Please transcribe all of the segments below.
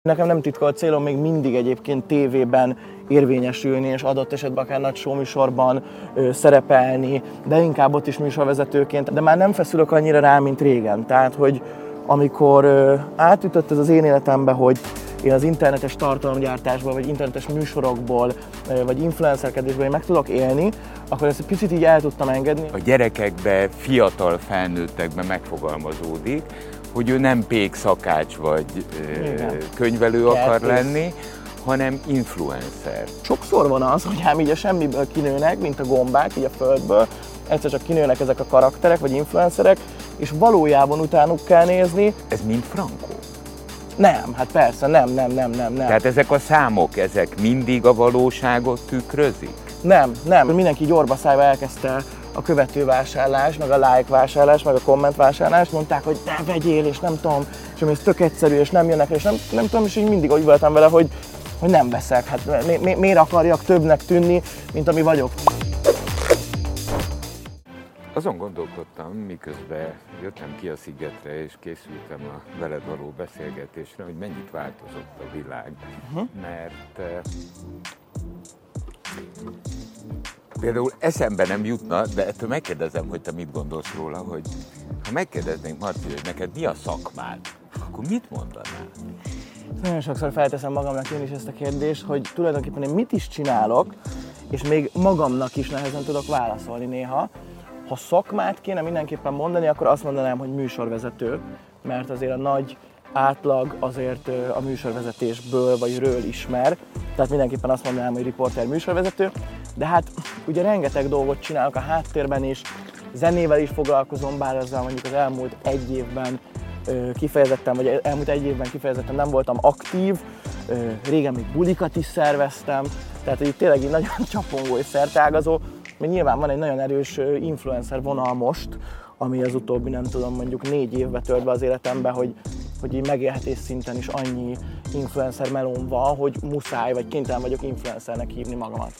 Nekem nem titkolt célom még mindig egyébként tévében érvényesülni, és adott esetben akár nagy showműsorban szerepelni, de inkább ott is műsorvezetőként. De már nem feszülök annyira rá, mint régen. Tehát, hogy amikor átütött ez az én életembe, hogy én az internetes tartalomgyártásból, vagy internetes műsorokból, vagy influencerkedésből meg tudok élni, akkor ezt egy picit így el tudtam engedni. A gyerekekbe, fiatal felnőttekbe megfogalmazódik, hogy ő nem pékszakács vagy könyvelő akar lenni, hanem influencer. Sokszor van az, hogy ám így a semmiből kinőnek, mint a gombák, így a földből, egyszer csak kinőnek ezek a karakterek vagy influencerek, és valójában utánuk kell nézni. Ez mind frankó? Nem, hát persze, nem. Tehát ezek a számok, ezek mindig a valóságot tükrözik? Nem. Mindenki így orbaszájba elkezdte a követővásárlás, meg a like vásárlás, meg a komment vásárlás, mondták, hogy te vegyél, és nem tudom, és ez tök egyszerű, és nem jönnek, és nem tudom, és így mindig úgy voltam vele, hogy nem veszek, hát miért akarjak többnek tűnni, mint ami vagyok. Azon gondolkodtam, miközben jöttem ki a szigetre, és készültem a veled való beszélgetésre, hogy mennyit változott a világ, mert például eszembe nem jutna, de ettől megkérdezem, hogy te mit gondolsz róla, hogy ha megkérdeznénk, Marci, hogy neked mi a szakmád, akkor mit mondanál? Nagyon sokszor felteszem magamnak én is ezt a kérdést, hogy tulajdonképpen én mit is csinálok, és még magamnak is nehezen tudok válaszolni néha. Ha szakmát kéne mindenképpen mondani, akkor azt mondanám, hogy műsorvezető, mert azért a nagy átlag azért a műsorvezetésből vagy ről ismer, tehát mindenképpen azt mondanám, hogy riporter műsorvezető, de hát ugye rengeteg dolgot csinálok a háttérben is, zenével is foglalkozom, bár ezzel mondjuk az elmúlt egy évben kifejezetten nem voltam aktív, régen még bulikat is szerveztem, tehát hogy tényleg így nagyon csapongó és szerteágazó, mert nyilván van egy nagyon erős influencer vonal most, ami az utóbbi, nem tudom, mondjuk 4 évbe tört be az életembe, hogy így megélhetés szinten is annyi influencer melón van, hogy muszáj vagy kénytelen vagyok influencernek hívni magamat.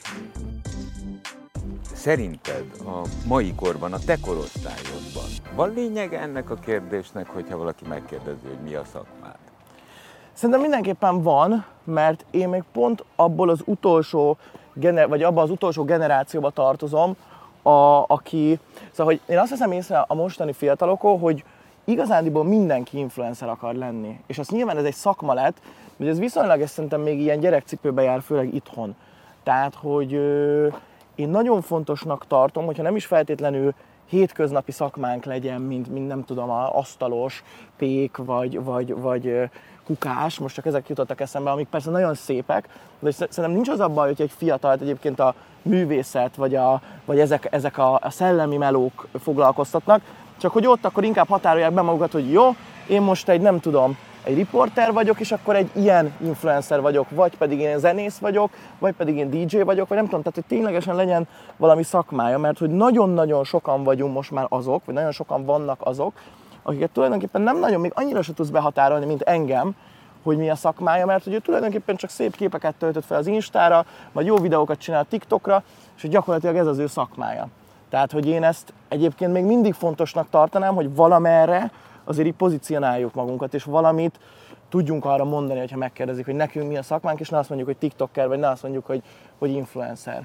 Szerinted a mai korban, a te korosztályodban van lényege ennek a kérdésnek, hogyha valaki megkérdezi, hogy mi a szakmád? Szerintem mindenképpen van, mert én még pont abból az utolsó, vagy abban az utolsó generációba tartozom, aki... Szóval, hogy én azt veszem észre a mostani fiatalokon, hogy igazándiból mindenki influencer akar lenni. És az nyilván ez egy szakma lett, hogy ez viszonylag szerintem még ilyen gyerekcipőbe jár, főleg itthon. Tehát, hogy én nagyon fontosnak tartom, hogyha nem is feltétlenül hétköznapi szakmánk legyen, mint nem tudom, asztalos, pék vagy kukás, most csak ezek jutottak eszembe, amik persze nagyon szépek, de szerintem nincs az a baj, hogy egy fiatalt egyébként a művészet, vagy ezek a szellemi melók foglalkoztatnak, csak hogy ott akkor inkább határolják be magukat, hogy jó, én most egy riporter vagyok, és akkor egy ilyen influencer vagyok, vagy pedig én zenész vagyok, vagy pedig én DJ vagyok, vagy nem tudom, tehát hogy ténylegesen legyen valami szakmája, mert hogy nagyon-nagyon sokan vagyunk most már azok, vagy nagyon sokan vannak azok, akiket tulajdonképpen nem nagyon, még annyira se tudsz behatárolni, mint engem, hogy mi a szakmája, mert hogy ő tulajdonképpen csak szép képeket töltött fel az Instára, vagy jó videókat csinál a TikTokra, és hogy gyakorlatilag ez az ő szakmája. Tehát, hogy én ezt egyébként még mindig fontosnak tartanám, hogy valamerre azért így pozícionáljuk magunkat, és valamit tudjunk arra mondani, hogyha megkérdezik, hogy nekünk mi a szakmánk, és ne azt mondjuk, hogy TikToker, vagy ne azt mondjuk, hogy influencer.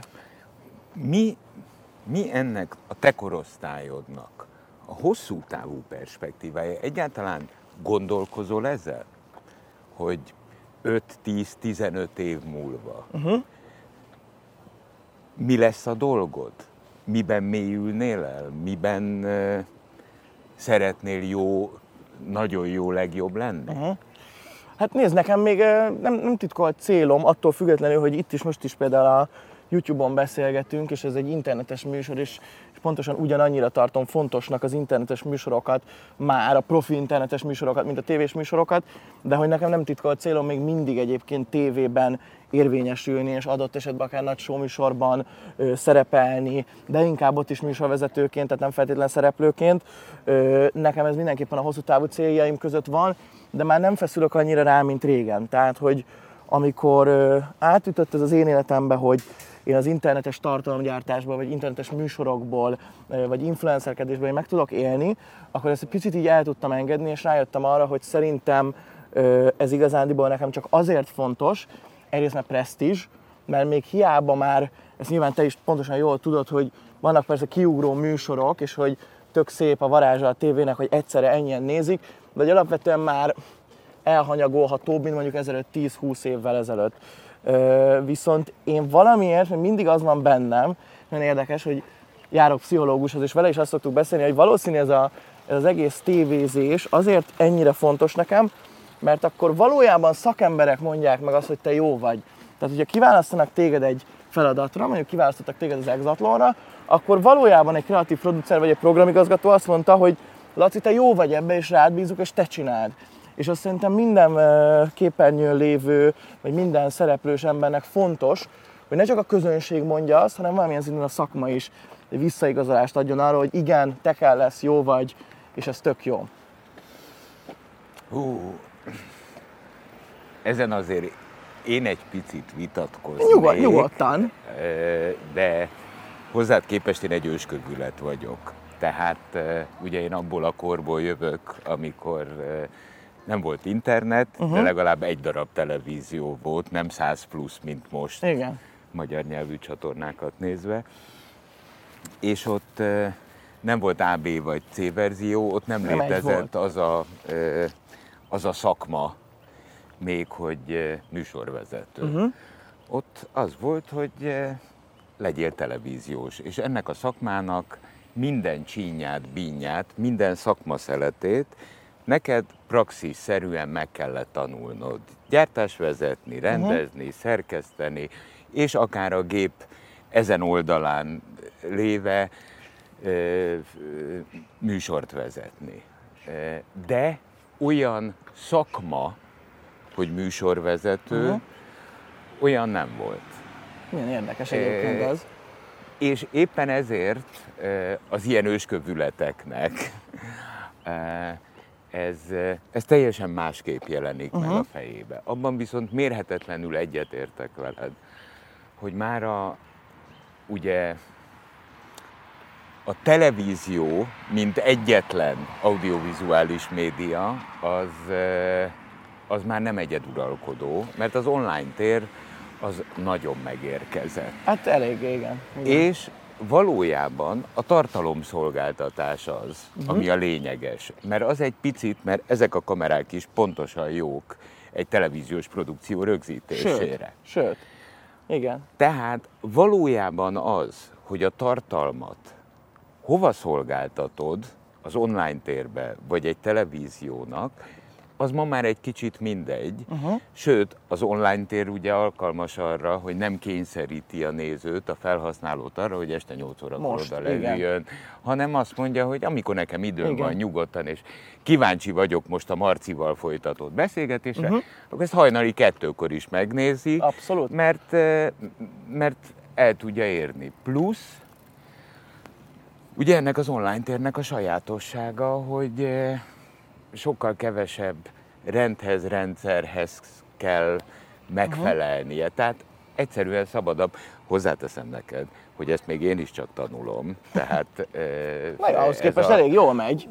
Mi ennek a te korosztályodnak a hosszú távú perspektívája? Egyáltalán gondolkozol ezzel, hogy 5-10-15 év múlva mi lesz a dolgod? Miben mélyülnél el? Miben szeretnél nagyon jó, legjobb lenni? Hát nézd, nekem még nem titkolt célom, attól függetlenül, hogy itt is most is például a YouTube-on beszélgetünk, és ez egy internetes műsor, és pontosan ugyanannyira tartom fontosnak az internetes műsorokat, már a profi internetes műsorokat, mint a tévés műsorokat, de hogy nekem nem titkolt célom még mindig egyébként tévében érvényesülni, és adott esetben akár nagy showműsorban szerepelni, de inkább ott is műsorvezetőként, tehát nem feltétlen szereplőként. Nekem ez mindenképpen a hosszú távú céljaim között van, de már nem feszülök annyira rá, mint régen. Tehát, hogy amikor átütött ez az én életembe, hogy én az internetes tartalomgyártásból, vagy internetes műsorokból, vagy influencerkedésből meg tudok élni, akkor ezt egy picit így el tudtam engedni, és rájöttem arra, hogy szerintem ez igazándiból nekem csak azért fontos, egyrészt mert presztízs, mert még hiába már, ezt nyilván te is pontosan jól tudod, hogy vannak persze kiugró műsorok, és hogy tök szép a varázsa a tévének, hogy egyszerre ennyien nézik, de hogy alapvetően már elhanyagolhatóbb, mint mondjuk ezelőtt 10-20 évvel ezelőtt. Viszont én valamiért, hogy mindig az van bennem, nagyon érdekes, hogy járok pszichológushoz, és vele is azt szoktuk beszélni, hogy valószínű ez az egész tévézés azért ennyire fontos nekem, mert akkor valójában szakemberek mondják meg azt, hogy te jó vagy. Tehát, hogyha kiválasztanak téged egy feladatra, mondjuk kiválasztottak téged az Exatlonra, akkor valójában egy kreatív producer vagy egy programigazgató azt mondta, hogy Laci, te jó vagy ebbe, és rád bízunk, és te csináld. És azt szerintem minden képernyőn lévő, vagy minden szereplős embernek fontos, hogy ne csak a közönség mondja azt, hanem valamilyen szinten a szakma is egy visszaigazolást adjon arra, hogy igen, te kell lesz, jó vagy, és ez tök jó. Ezen azért én egy picit vitatkoznék. Nyugodtan. De hozzád képest én egy őskövület vagyok. Tehát ugye én abból a korból jövök, amikor nem volt internet, de legalább egy darab televízió volt, nem 100 plusz, mint most. Igen. Magyar nyelvű csatornákat nézve. És ott nem volt AB vagy C verzió, ott nem létezett az a szakma, még hogy műsorvezető. Ott az volt, hogy legyél televíziós, és ennek a szakmának minden csínyát, bínyát, minden szakmaszeletét neked praxisszerűen meg kellett tanulnod. Gyártást vezetni, rendezni, szerkeszteni, és akár a gép ezen oldalán léve műsort vezetni. De olyan szakma, hogy műsorvezető, olyan nem volt. Milyen érdekes egyébként az. És éppen ezért az ilyen őskövületeknek ez teljesen másképp jelenik meg a fejébe. Abban viszont mérhetetlenül egyetértek veled, hogy mára ugye a televízió, mint egyetlen audiovizuális média, az már nem egyeduralkodó, mert az online tér az nagyon megérkezett. Hát eléggé, igen. És valójában a tartalomszolgáltatás az, ami a lényeges. Mert az egy picit, mert ezek a kamerák is pontosan jók egy televíziós produkció rögzítésére. Sőt, igen. Tehát valójában az, hogy a tartalmat hova szolgáltatod, az online térbe, vagy egy televíziónak, az ma már egy kicsit mindegy. Sőt, az online tér ugye alkalmas arra, hogy nem kényszeríti a nézőt, a felhasználót arra, hogy este 8 órakor oda leüljön, hanem azt mondja, hogy amikor nekem időm van nyugodtan, és kíváncsi vagyok most a Marcival folytatott beszélgetésre, akkor ezt hajnali 2-kor is megnézi. Abszolút. Mert el tudja érni. Plusz, ugye ennek az online térnek a sajátossága, hogy sokkal kevesebb rendhez, rendszerhez kell megfelelnie. Tehát egyszerűen szabadabb. Hozzáteszem neked, hogy ezt még én is csak tanulom. Tehát ahhoz képest elég jól megy.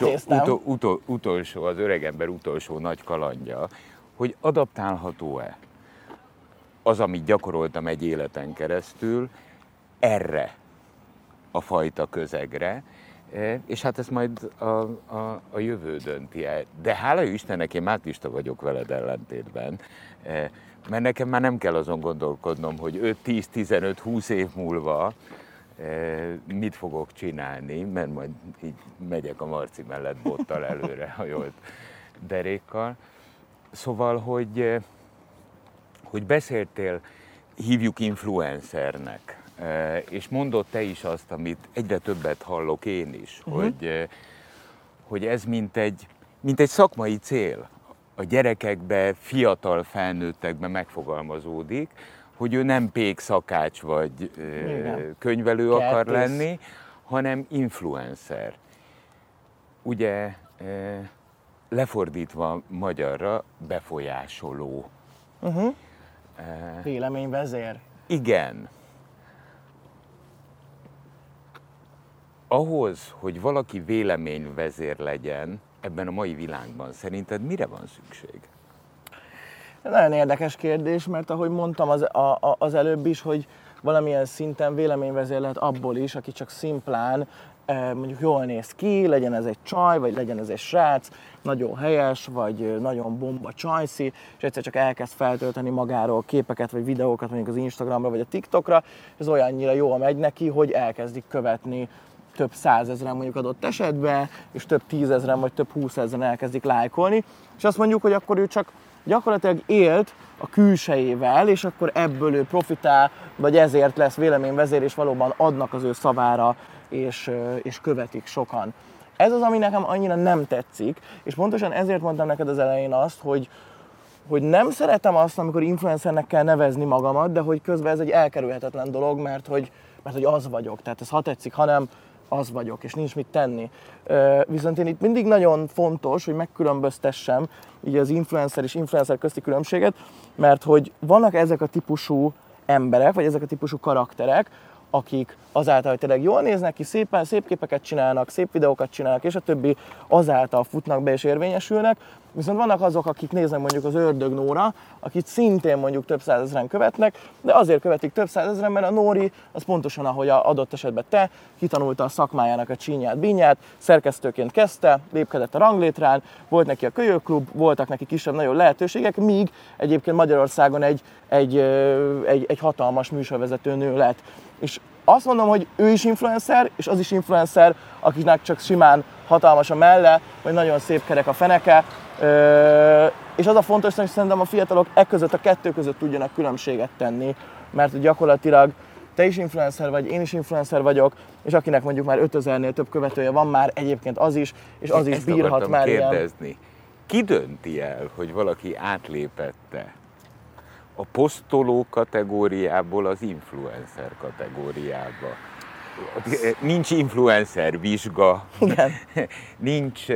Utolsó, az öregember utolsó nagy kalandja, hogy adaptálható-e az, amit gyakoroltam egy életen keresztül, erre a fajta közegre, és hát ezt majd a jövő dönti el. De hála jó Istennek, én mátista vagyok veled ellentétben, mert nekem már nem kell azon gondolkodnom, hogy 5, 10, 15, 20 év múlva mit fogok csinálni, mert majd így megyek a Marci mellett bottal előre, hajolt derékkal. Szóval, hogy beszéltél, hívjuk influencernek, és mondod te is azt, amit egyre többet hallok én is, hogy ez mint egy szakmai cél a gyerekekbe, fiatal felnőttekbe megfogalmazódik, hogy ő nem pékszakács vagy könyvelő akar lenni, hanem influencer. Ugye lefordítva magyarra befolyásoló. Véleményvezér. Igen. Ahhoz, hogy valaki véleményvezér legyen, ebben a mai világban szerinted mire van szükség? Nagyon érdekes kérdés, mert ahogy mondtam az előbb is, hogy valamilyen szinten véleményvezér lehet abból is, aki csak szimplán mondjuk jól néz ki, legyen ez egy csaj, vagy legyen ez egy srác, nagyon helyes, vagy nagyon bomba csajszi, és egyszer csak elkezd feltölteni magáról képeket, vagy videókat mondjuk az Instagramra, vagy a TikTokra, és ez olyannyira jól megy neki, hogy elkezdik követni több százezren mondjuk adott esetben, és több tízezren, vagy több húszezren elkezdik lájkolni, és azt mondjuk, hogy akkor ő csak gyakorlatilag élt a külsejével, és akkor ebből ő profitál, vagy ezért lesz véleményvezér, és valóban adnak az ő szavára, és követik sokan. Ez az, ami nekem annyira nem tetszik, és pontosan ezért mondtam neked az elején azt, hogy nem szeretem azt, amikor influencernek kell nevezni magamat, de hogy közben ez egy elkerülhetetlen dolog, mert hogy az vagyok. Tehát ez ha tetszik, ha nem, az vagyok, és nincs mit tenni. Viszont én itt mindig nagyon fontos, hogy megkülönböztessem így az influencer és influencer közti különbséget, mert hogy vannak ezek a típusú emberek, vagy ezek a típusú karakterek, akik azáltal, hogy tényleg jól néznek ki, szép képeket csinálnak, szép videókat csinálnak, és a többi azáltal futnak be és érvényesülnek. Viszont vannak azok, akik néznek mondjuk az Ördög Nóra, akit szintén mondjuk több százezren követnek, de azért követik több százezren, mert a Nóri az pontosan, ahogy adott esetben te, kitanulta a szakmájának a csínyát, bínyát, szerkesztőként kezdte, lépkedett a ranglétrán, volt neki a kölyökklub, voltak neki kisebb-nagyobb lehetőségek, míg egyébként Magyarországon egy hatalmas műsorvezető nő lett. És azt mondom, hogy ő is influencer, és az is influencer, akiknek csak simán hatalmas a melle, vagy nagyon szép kerek a feneke. És az a fontos, hogy szerintem a fiatalok a kettő között tudjanak különbséget tenni, mert gyakorlatilag te is influencer vagy, én is influencer vagyok, és akinek mondjuk már 5000-nél több követője van már, egyébként az is, és az is bírhat már kérdezni. Ilyen. Ki dönti el, hogy valaki átlépette a posztoló kategóriából az influencer kategóriába? Nincs influencer vizsga, igen. Nincs,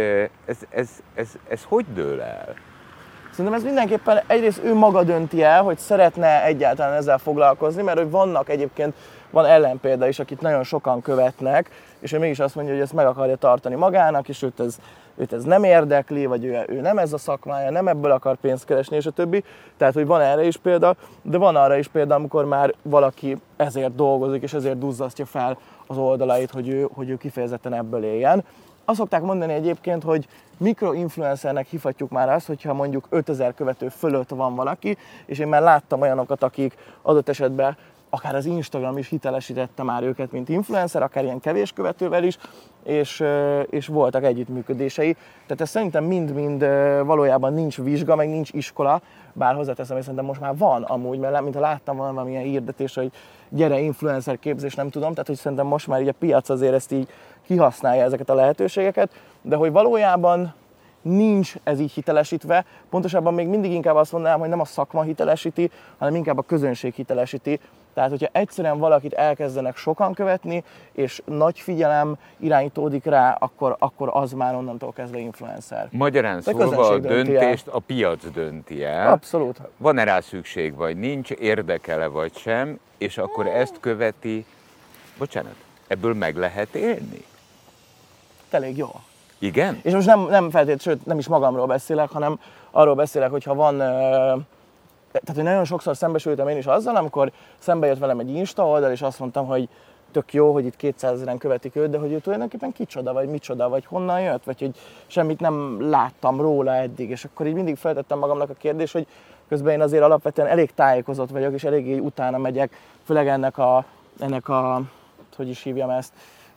ez hogy dől el? Szerintem ez mindenképpen egyrészt ő maga dönti el, hogy szeretne egyáltalán ezzel foglalkozni, mert hogy van ellenpélda is, akit nagyon sokan követnek, és ő mégis azt mondja, hogy ezt meg akarja tartani magának, és őt ez nem érdekli, vagy ő nem ez a szakmája, nem ebből akar pénzt keresni, és a többi. Tehát, hogy van erre is példa, de van arra is példa, amikor már valaki ezért dolgozik, és ezért duzzasztja fel az oldalait, hogy ő kifejezetten ebből éljen. Azt szokták mondani egyébként, hogy mikroinfluencernek hívhatjuk már azt, hogyha mondjuk 5000 követő fölött van valaki, és én már láttam olyanokat, akik adott esetben akár az Instagram is hitelesítette már őket, mint influencer, akár ilyen kevés követővel is, és voltak együttműködései. Tehát ez szerintem mind-mind valójában nincs vizsga, meg nincs iskola, bár hozzáteszem, hogy szerintem most már van amúgy, mert mintha láttam valamilyen hirdetés, hogy gyere influencer képzés, nem tudom, tehát hogy szerintem most már így a piac azért ezt így kihasználja ezeket a lehetőségeket, de hogy valójában nincs ez így hitelesítve, pontosabban még mindig inkább azt mondanám, hogy nem a szakma hitelesíti, hanem inkább a közönség hitelesíti. Tehát, hogyha egyszerűen valakit elkezdenek sokan követni, és nagy figyelem irányítódik rá, akkor az már onnantól kezdve influencer. Magyarán szólva a döntést a piac dönti el. Abszolút. Van-e rá szükség, vagy nincs, érdekele vagy sem, és akkor ezt követi, bocsánat, ebből meg lehet élni? Elég jó. Igen? És most nem feltétlenül, sőt nem is magamról beszélek, hanem arról beszélek, hogyha van, tehát hogy nagyon sokszor szembesültem én is azzal, amikor szembe jött velem egy Insta oldal, és azt mondtam, hogy tök jó, hogy itt 200 000-en követik őt, de hogy ő tulajdonképpen kicsoda, vagy micsoda, vagy honnan jött, vagy hogy semmit nem láttam róla eddig, és akkor így mindig feltettem magamnak a kérdést, hogy közben én azért alapvetően elég tájékozott vagyok, és eléggé utána megyek, főleg ennek a hogy is hívjam ezt,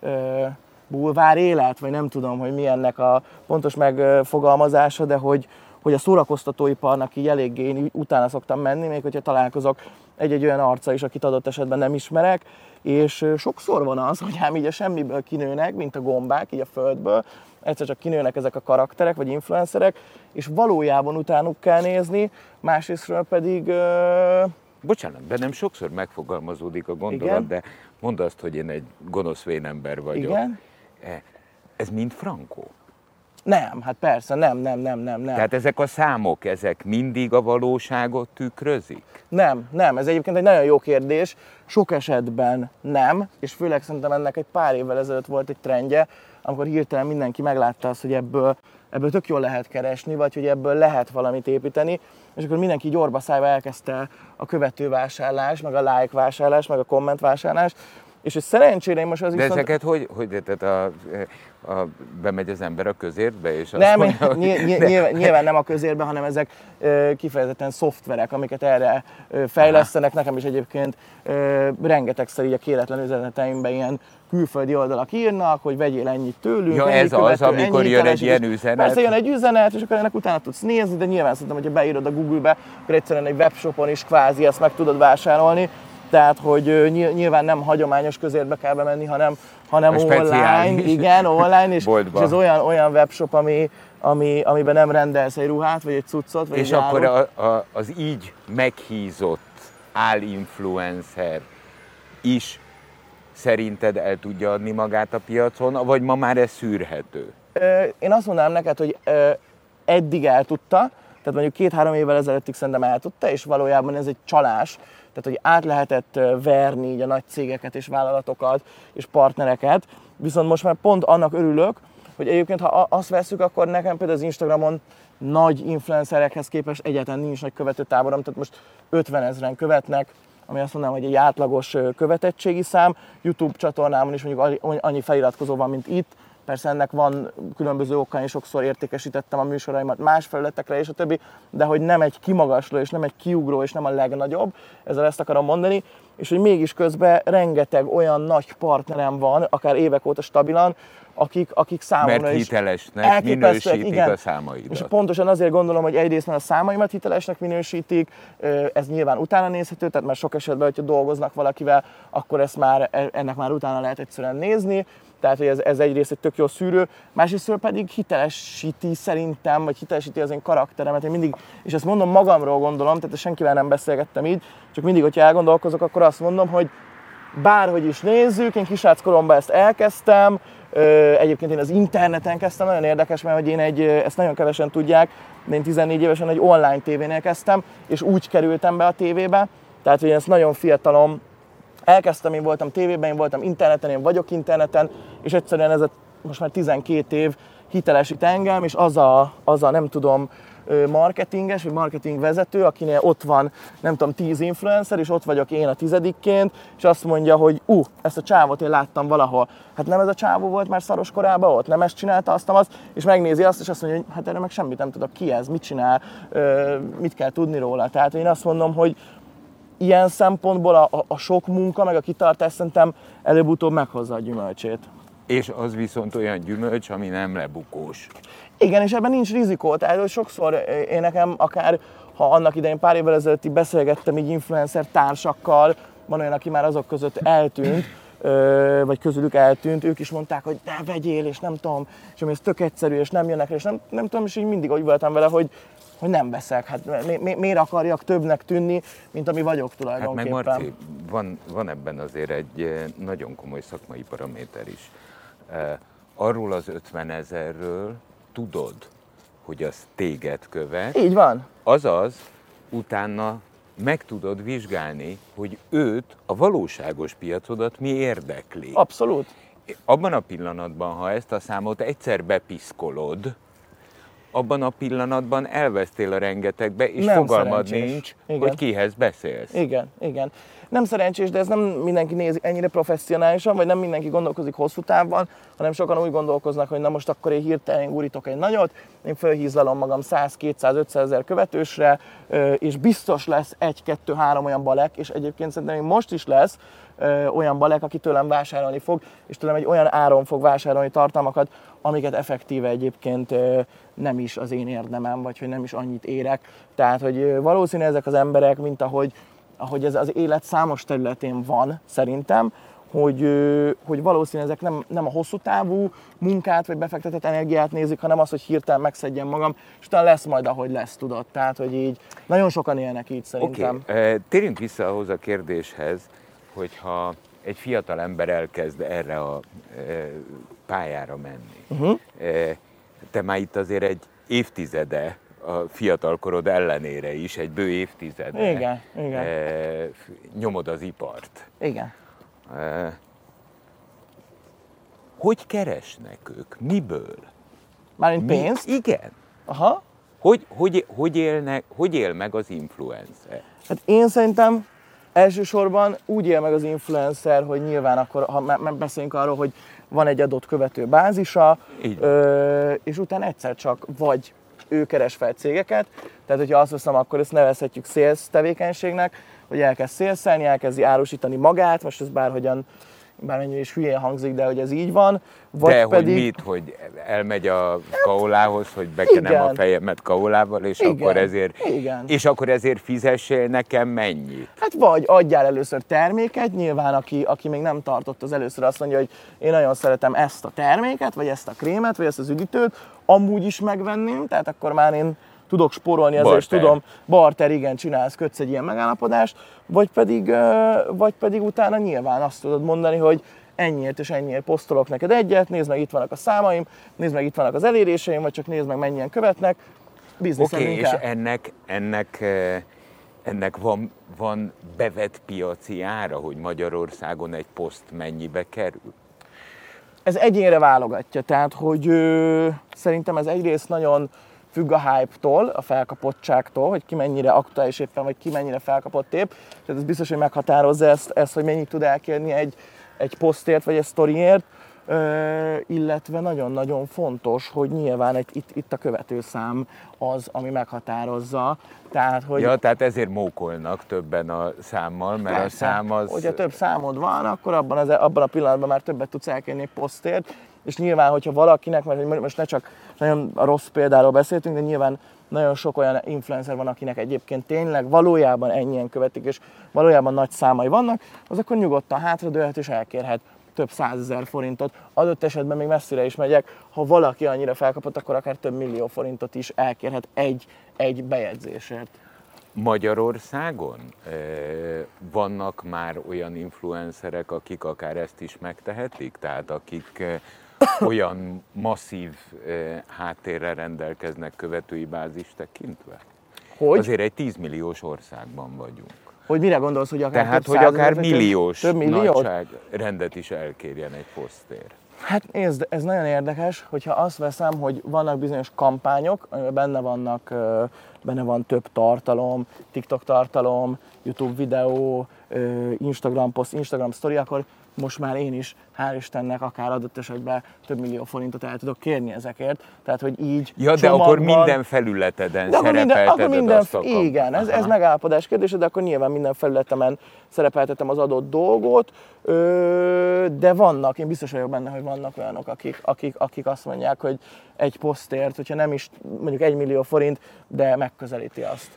bulvár élet, vagy nem tudom, hogy mi ennek a pontos megfogalmazása, de hogy a szórakoztatóiparnak így eléggé utána szoktam menni, még hogyha találkozok egy-egy olyan arccal is, akit adott esetben nem ismerek, és sokszor van az, hogy ám így a semmiből kinőnek, mint a gombák, így a földből, egyszer csak kinőnek ezek a karakterek, vagy influencerek, és valójában utánuk kell nézni, másrésztről pedig... Bocsánat, bennem sokszor megfogalmazódik a gondolat, igen? De mondd azt, hogy én egy gonosz vénember vagyok. Igen? Ez mind frankó? Nem, hát persze, nem. Tehát ezek a számok, ezek mindig a valóságot tükrözik? Nem, ez egyébként egy nagyon jó kérdés. Sok esetben nem, és főleg szerintem ennek egy pár évvel ezelőtt volt egy trendje, amikor hirtelen mindenki meglátta azt, hogy ebből tök jól lehet keresni, vagy hogy ebből lehet valamit építeni, és akkor mindenki így orbaszájba elkezdte a követővásárlás, meg a like vásárlás, meg a komment vásárlás, és hogy szerencsére én most az viszont... De ezeket hogy tehát bemegy az ember a közértbe, és azt nem, mondja, nyilván nem a közérbe, hanem ezek kifejezetten szoftverek, amiket erre fejlesztenek. Nekem is egyébként rengetegszer így a kéretlen üzeneteimben ilyen külföldi oldalak írnak, hogy vegyél ennyit tőlünk. Ja, ez az, amikor jön egy ilyen üzenet. Persze jön egy üzenet, és akkor ennek utána tudsz nézni, de nyilván szerintem, hogyha beírod a Google-be, akkor egyszerűen egy webshopon is kvázi ezt meg tudod vásárolni. Tehát, hogy nyilván nem hagyományos közérbe kell bemenni, hanem online, igen, online, és ez olyan webshop, amiben nem rendelsz egy ruhát, vagy egy cuccot, vagy és egy akkor árut. az így meghízott állinfluencer is szerinted el tudja adni magát a piacon, vagy ma már ez szűrhető? Én azt mondanám neked, hogy eddig el tudta, tehát mondjuk 2-3 évvel ezelőttig szerintem el tudta, és valójában ez egy csalás. Tehát, hogy át lehetett verni így a nagy cégeket és vállalatokat és partnereket, viszont most már pont annak örülök, hogy egyébként ha azt vesszük, akkor nekem például az Instagramon nagy influencerekhez képest egyáltalán nincs nagy követőtáborom, tehát most 50 000-en követnek, ami azt mondanám, hogy egy átlagos követettségi szám. YouTube csatornámon is mondjuk annyi feliratkozó van, mint itt. Persze ennek van különböző okai, és sokszor értékesítettem a műsoraimat más felületekre és a többi, de hogy nem egy kimagasló, és nem egy kiugró, és nem a legnagyobb, ezzel ezt akarom mondani, és hogy mégis közben rengeteg olyan nagy partnerem van, akár évek óta stabilan, akik számomra mert is hitelesnek minősítik igen. A számaidat. És pontosan azért gondolom, hogy egyrészt már a számaimat hitelesnek minősítik, ez nyilván utána nézhető, tehát már sok esetben, hogyha dolgoznak valakivel, akkor ennek már utána lehet egyszerűen nézni. Tehát, hogy ez egyrészt egy tök jó szűrő, másrészt pedig hitelesíti szerintem, vagy hitelesíti az én karakteremet. Én mindig, és ezt mondom magamról gondolom, tehát senkivel nem beszélgettem így, csak mindig, hogyha elgondolkozok, akkor azt mondom, hogy bárhogy is nézzük, én kisráckoromban ezt elkezdtem, egyébként én az interneten kezdtem, nagyon érdekes, mert hogy ezt nagyon kevesen tudják, de én 14 évesen egy online tévénél kezdtem, és úgy kerültem be a tévébe, tehát hogy én ezt nagyon fiatalon elkezdtem, én voltam tévében, én voltam interneten, én vagyok interneten, és egyszerűen ez most már 12 év hitelesít engem, és az a nem tudom, marketinges, vagy marketingvezető, akinél ott van, nem tudom, 10 influencer, és ott vagyok én a 10-ként, és azt mondja, hogy ezt a csávot én láttam valahol. Hát nem ez a csávó volt már szaros korában ott, nem ezt csinálta, azt, és megnézi azt, és azt mondja, hogy hát erre meg semmit nem tudok, ki ez, mit csinál, mit kell tudni róla. Tehát én azt mondom, hogy ilyen szempontból a sok munka, meg a kitartás szerintem előbb-utóbb meghozza a gyümölcsét. És az viszont olyan gyümölcs, ami nem lebukós. Igen, és ebben nincs rizikó. Tehát sokszor én nekem akár, ha annak idején pár évvel ezelőtt beszélgettem így influencer társakkal, van olyan, aki már azok között eltűnt, vagy közülük eltűnt, ők is mondták, hogy ne vegyél, és nem tudom, és ami ez tök egyszerű, és nem jönnek, és nem tudom, és így mindig úgy voltam vele, hogy nem veszek. Hát miért akarjak többnek tűnni, mint ami vagyok tulajdonképpen. Hát meg Marci, van ebben azért egy nagyon komoly szakmai paraméter is. Arról az 50 000-ről tudod, hogy az téged követ. Így van. Azaz, utána meg tudod vizsgálni, hogy őt, a valóságos piacodat mi érdekli. Abszolút. Abban a pillanatban, ha ezt a számot egyszer bepiszkolod, abban a pillanatban elvesztél a rengetegbe, és nem fogalmad szerencsés. nincs, Igen. hogy kihez beszélsz. Igen. Nem szerencsés, de ez nem mindenki nézi ennyire professzionálisan, vagy nem mindenki gondolkozik hosszú távban, hanem sokan úgy gondolkoznak, hogy na most akkor én hirtelen gurítok egy nagyot, én fölhízlalom magam 100-200-500 000 követősre, és biztos lesz 1-2-3 olyan balek, és egyébként szerintem még most is lesz olyan balek, aki tőlem vásárolni fog, és tőlem egy olyan áron fog vásárolni tartalmakat, amiket effektíve egyébként nem is az én érdemem, vagy hogy nem is annyit érek. Tehát, hogy valószínűleg ezek az emberek, mint ahogy ez az élet számos területén van szerintem, hogy valószínűleg ezek nem a hosszú távú munkát vagy befektetett energiát nézik, hanem az, hogy hirtelen megszedjem magam, és utána lesz majd, ahogy lesz, tudod. Tehát, hogy így nagyon sokan élnek így szerintem. Oké. Térjünk vissza ahhoz a kérdéshez, hogyha egy fiatal ember elkezd erre a pályára menni. Te már itt azért egy évtizede, a fiatalkorod ellenére is, egy bő évtizede Igen. nyomod az ipart. Igen. hogy keresnek ők? Miből? Mármint pénzt? Igen. Aha. Hogy él meg az influencer? Hát én szerintem elsősorban úgy él meg az influencer, hogy nyilván akkor, ha beszéljünk arról, hogy van egy adott követő bázisa, és utána egyszer csak vagy ő keres fel cégeket, tehát hogyha azt veszem, akkor ezt nevezhetjük sales tevékenységnek, hogy elkezd szélszelni, elkezdi árusítani magát, most ez bármennyire is hülyén hangzik, de hogy ez így van. Vagy de pedig... hogy mit, hogy elmegy a kaolához, hogy bekenem igen. a fejemet kaolával, és akkor ezért fizessél nekem mennyit? Hát vagy adjál először terméket, nyilván aki még nem tartott, az először azt mondja, hogy én nagyon szeretem ezt a terméket, vagy ezt a krémet, vagy ezt az üdítőt, amúgy is megvenném, tehát akkor már én tudok spórolni ezzel, és tudom, barter, igen, csinálsz, kötsz egy ilyen megállapodást, vagy pedig utána nyilván azt tudod mondani, hogy ennyiért és ennyiért posztolok neked egyet, nézd meg, itt vannak a számaim, nézd meg, itt vannak az eléréseim, vagy csak nézd meg, mennyien követnek, bizniszelünk és ennek van bevett piaci ára, hogy Magyarországon egy poszt mennyibe kerül? Ez egyénre válogatja, tehát hogy szerintem ez egyrészt nagyon függ a hype-tól, a felkapottságtól, hogy ki mennyire aktuális éppen, vagy ki mennyire felkapott épp. Tehát ez biztos, hogy meghatározza ezt hogy mennyit tud elkérni egy posztért, vagy egy sztoriért, illetve nagyon-nagyon fontos, hogy nyilván itt a követőszám az, ami meghatározza. Tehát ezért mókolnak többen a számmal, mert persze, a szám az... Hogyha több számod van, akkor abban a pillanatban már többet tudsz elkérni egy posztért, és nyilván, hogyha valakinek, mert most ne csak nagyon a rossz példáról beszéltünk, de nyilván nagyon sok olyan influencer van, akinek egyébként tényleg valójában ennyien követik, és valójában nagy számai vannak, az akkor nyugodtan hátradőlhet és elkérhet több 100 000 forintot. Adott esetben még messzire is megyek, ha valaki annyira felkapott, akkor akár több millió forintot is elkérhet egy bejegyzésért. Magyarországon vannak már olyan influencerek, akik akár ezt is megtehetik? Tehát akik olyan masszív háttérrel rendelkeznek követői bázist tekintve? Hogy? Azért egy 10 milliós országban vagyunk. Hogy mire gondolsz, hogy akár tehát, hogy akár milliós nagyságrendet is elkérjen egy posztér? Hát nézd, ez nagyon érdekes, hogyha azt veszem, hogy vannak bizonyos kampányok, amiben benne van több tartalom, TikTok tartalom, YouTube videó, Instagram poszt, Instagram sztori, akkor most már én is, hál' Istennek, akár adott esetben több millió forintot el tudok kérni ezekért. Tehát, hogy így ja, de akkor minden felületeden szerepelteted azt a kampányt. Igen, ez megállapodás kérdése, de akkor nyilván minden felületemen szerepeltetem az adott dolgot, de vannak, én biztos vagyok benne, hogy vannak olyanok, akik azt mondják, hogy egy posztért, hogyha nem is mondjuk 1 millió forint, de megközelíti azt.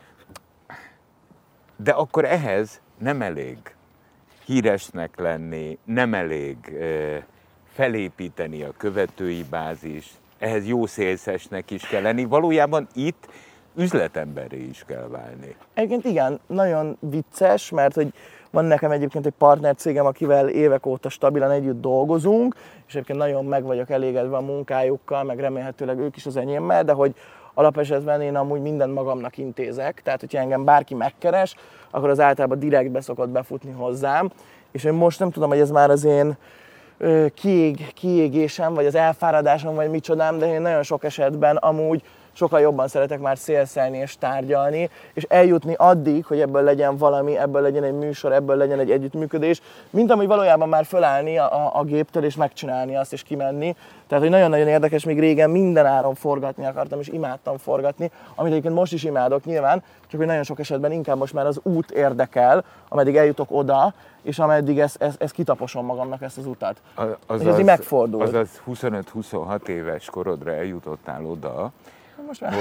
De akkor ehhez nem elég híresnek lenni, nem elég felépíteni a követői bázist, ehhez jó szélszesnek is kell lenni, valójában itt üzletemberré is kell válni. Egyébként igen, nagyon vicces, mert hogy van nekem egyébként egy partnercégem, akivel évek óta stabilan együtt dolgozunk, és egyébként nagyon meg vagyok elégedve a munkájukkal, meg remélhetőleg ők is az enyémmel, de hogy alapesetben én amúgy mindent magamnak intézek, tehát hogyha engem bárki megkeres, akkor az általában direktbe szokott befutni hozzám, és én most nem tudom, hogy ez már az én kiégésem, vagy az elfáradásom, vagy micsodám, de én nagyon sok esetben amúgy sokkal jobban szeretek már szélszelni és tárgyalni, és eljutni addig, hogy ebből legyen valami, ebből legyen egy műsor, ebből legyen egy együttműködés, mint amúgy valójában már fölállni a géptől és megcsinálni azt és kimenni. Tehát, hogy nagyon-nagyon érdekes, még régen minden áron forgatni akartam, és imádtam forgatni, amit egyébként most is imádok nyilván, csak hogy nagyon sok esetben inkább most már az út érdekel, ameddig eljutok oda, és ameddig ezt kitaposom magamnak, ezt az utat. És ez így megfordul. Azaz 25-26 éves korodra eljutottál oda, most már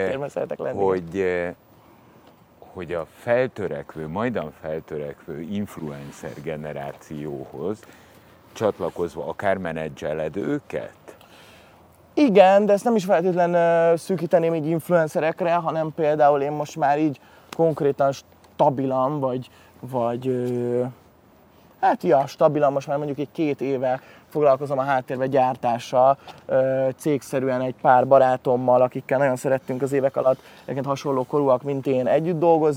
hogy a majdan feltörekvő influencer generációhoz csatlakozva akár menedzseled őket? Igen, de ezt nem is feltétlenül szűkíteném így influencerekre, hanem például én most már így konkrétan stabilan, stabilan, most már mondjuk egy 2 éve foglalkozom a háttérbe gyártással, cégszerűen egy pár barátommal, akikkel nagyon szerettünk az évek alatt, egyébként hasonló korúak, mint én, együtt dolgozni,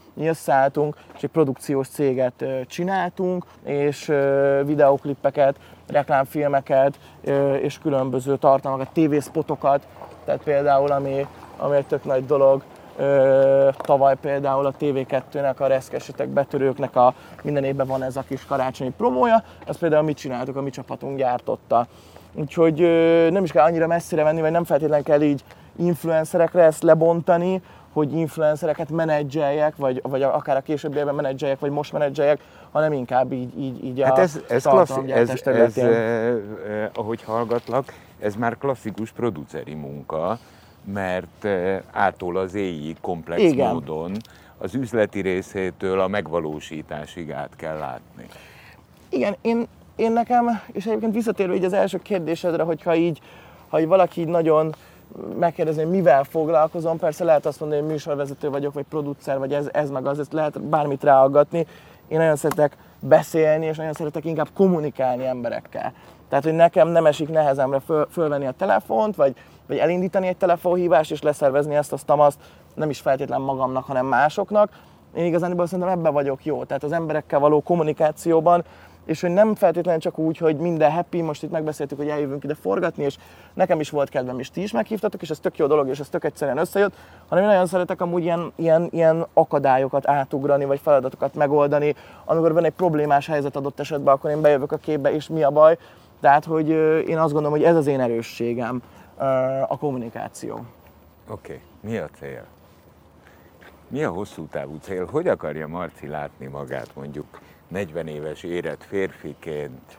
mi összeálltunk, és egy produkciós céget csináltunk, és videóklippeket, reklámfilmeket, és különböző tartalmakat, tévészpotokat, tehát például, ami egy tök nagy dolog, tavaly például a TV2-nek, a Reszkesetek Betörőknek minden évben van ez a kis karácsonyi promója, azt például mit csináltuk, a mi csapatunk gyártotta. Úgyhogy nem is kell annyira messzire menni, vagy nem feltétlenül kell így influencerekre ezt lebontani, hogy influencereket menedzseljek, vagy akár a későbbiekben menedzseljek, vagy most menedzseljek, hanem inkább így hát a tartalomgyártás területén. Ahogy hallgatlak, ez már klasszikus produceri munka, mert ától az éjig komplex Igen. módon az üzleti részétől a megvalósításig át kell látni. Igen, én nekem, és egyébként visszatérve így az első kérdésedre, hogyha így valaki így nagyon megkérdezni, hogy mivel foglalkozom, persze lehet azt mondani, hogy műsorvezető vagyok, vagy producer, vagy ez meg az, ezt lehet bármit ráaggatni. Én nagyon szeretek beszélni, és nagyon szeretek inkább kommunikálni emberekkel. Tehát, hogy nekem nem esik nehezemre fölvenni a telefont, vagy elindítani egy telefonhívást, és leszervezni ezt-azt, nem is feltétlenül magamnak, hanem másoknak. Én igazán szerintem ebben vagyok jó, tehát az emberekkel való kommunikációban, és hogy nem feltétlenül csak úgy, hogy minden happy, most itt megbeszéltük, hogy eljövünk ide forgatni, és nekem is volt kedvem, és ti is meghívtatok, és ez tök jó dolog, és ez tök egyszerűen összejött, hanem én nagyon szeretek amúgy ilyen akadályokat átugrani, vagy feladatokat megoldani. Amikor van egy problémás helyzet adott esetben, akkor én bejövök a képbe, és mi a baj. Tehát, hogy én azt gondolom, hogy ez az én erősségem, a kommunikáció. Oké. Mi a cél? Mi a hosszú távú cél? Hogy akarja Marci látni magát mondjuk 40 éves érett férfiként?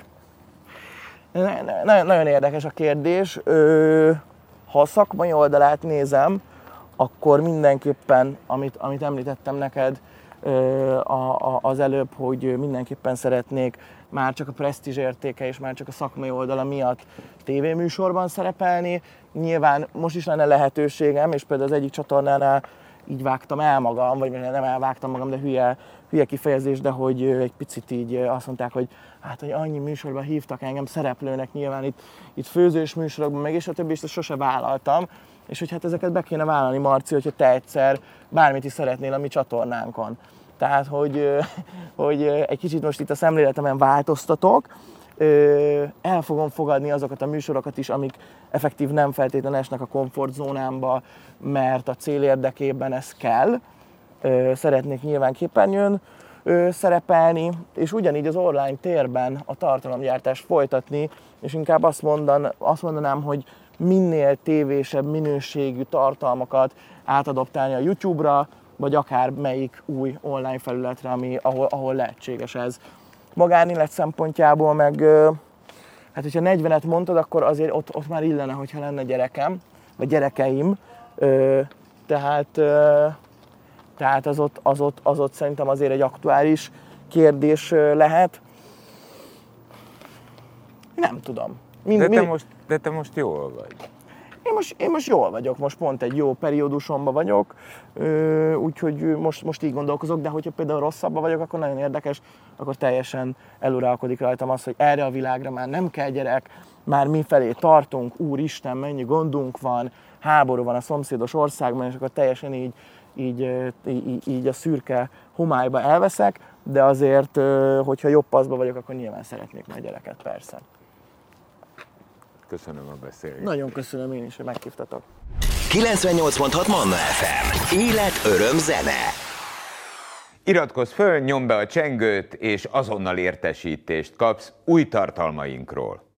Nagyon érdekes a kérdés. Ha a szakmai oldalát nézem, akkor mindenképpen, amit említettem neked az előbb, hogy mindenképpen szeretnék már csak a presztízs értéke és már csak a szakmai oldala miatt tévéműsorban szerepelni. Nyilván most is lenne lehetőségem, és például az egyik csatornánál így vágtam el magam, vagy nem elvágtam magam, de hülye kifejezés, de hogy egy picit így azt mondták, hogy hát, hogy annyi műsorban hívtak engem szereplőnek, nyilván itt főzős műsorokban meg, és a többi, és ezt sose vállaltam. És hogy hát ezeket be kéne vállalni, Marci, hogyha te egyszer bármit is szeretnél a mi csatornánkon. Tehát, hogy egy kicsit most itt a szemléletemen változtatok, el fogom fogadni azokat a műsorokat is, amik effektív nem feltétlenül esnek a komfortzónámba, mert a cél érdekében ez kell. Szeretnék nyilván képernyőn szerepelni, és ugyanígy az online térben a tartalomgyártást folytatni, és inkább azt mondanám, hogy minél tévésebb minőségű tartalmakat átadoptálni a YouTube-ra, vagy akár melyik új online felületre, ahol lehetséges ez. Magánélet szempontjából meg, hát hogyha 40-et mondtad, akkor azért ott már illene, hogyha lenne gyerekem, vagy gyerekeim, tehát az ott szerintem azért egy aktuális kérdés lehet. Nem tudom. De te most jól vagy. Én most jól vagyok, most pont egy jó periódusomban vagyok, úgyhogy most így gondolkozok, de hogyha például rosszabbban vagyok, akkor nagyon érdekes, akkor teljesen eluralkodik rajtam az, hogy erre a világra már nem kell gyerek, már mifelé tartunk, úristen, mennyi gondunk van, háború van a szomszédos országban, és akkor teljesen így a szürke homályba elveszek, de azért, hogyha jobb paszba vagyok, akkor nyilván szeretnék majd gyereket, persze. Köszönöm a beszélgetést. Nagyon köszönöm én is, hogy meghívtatok. 98.6 Manna FM. Élet, öröm, zene. Iratkozz föl, nyomd be a csengőt, és azonnal értesítést kapsz új tartalmainkról.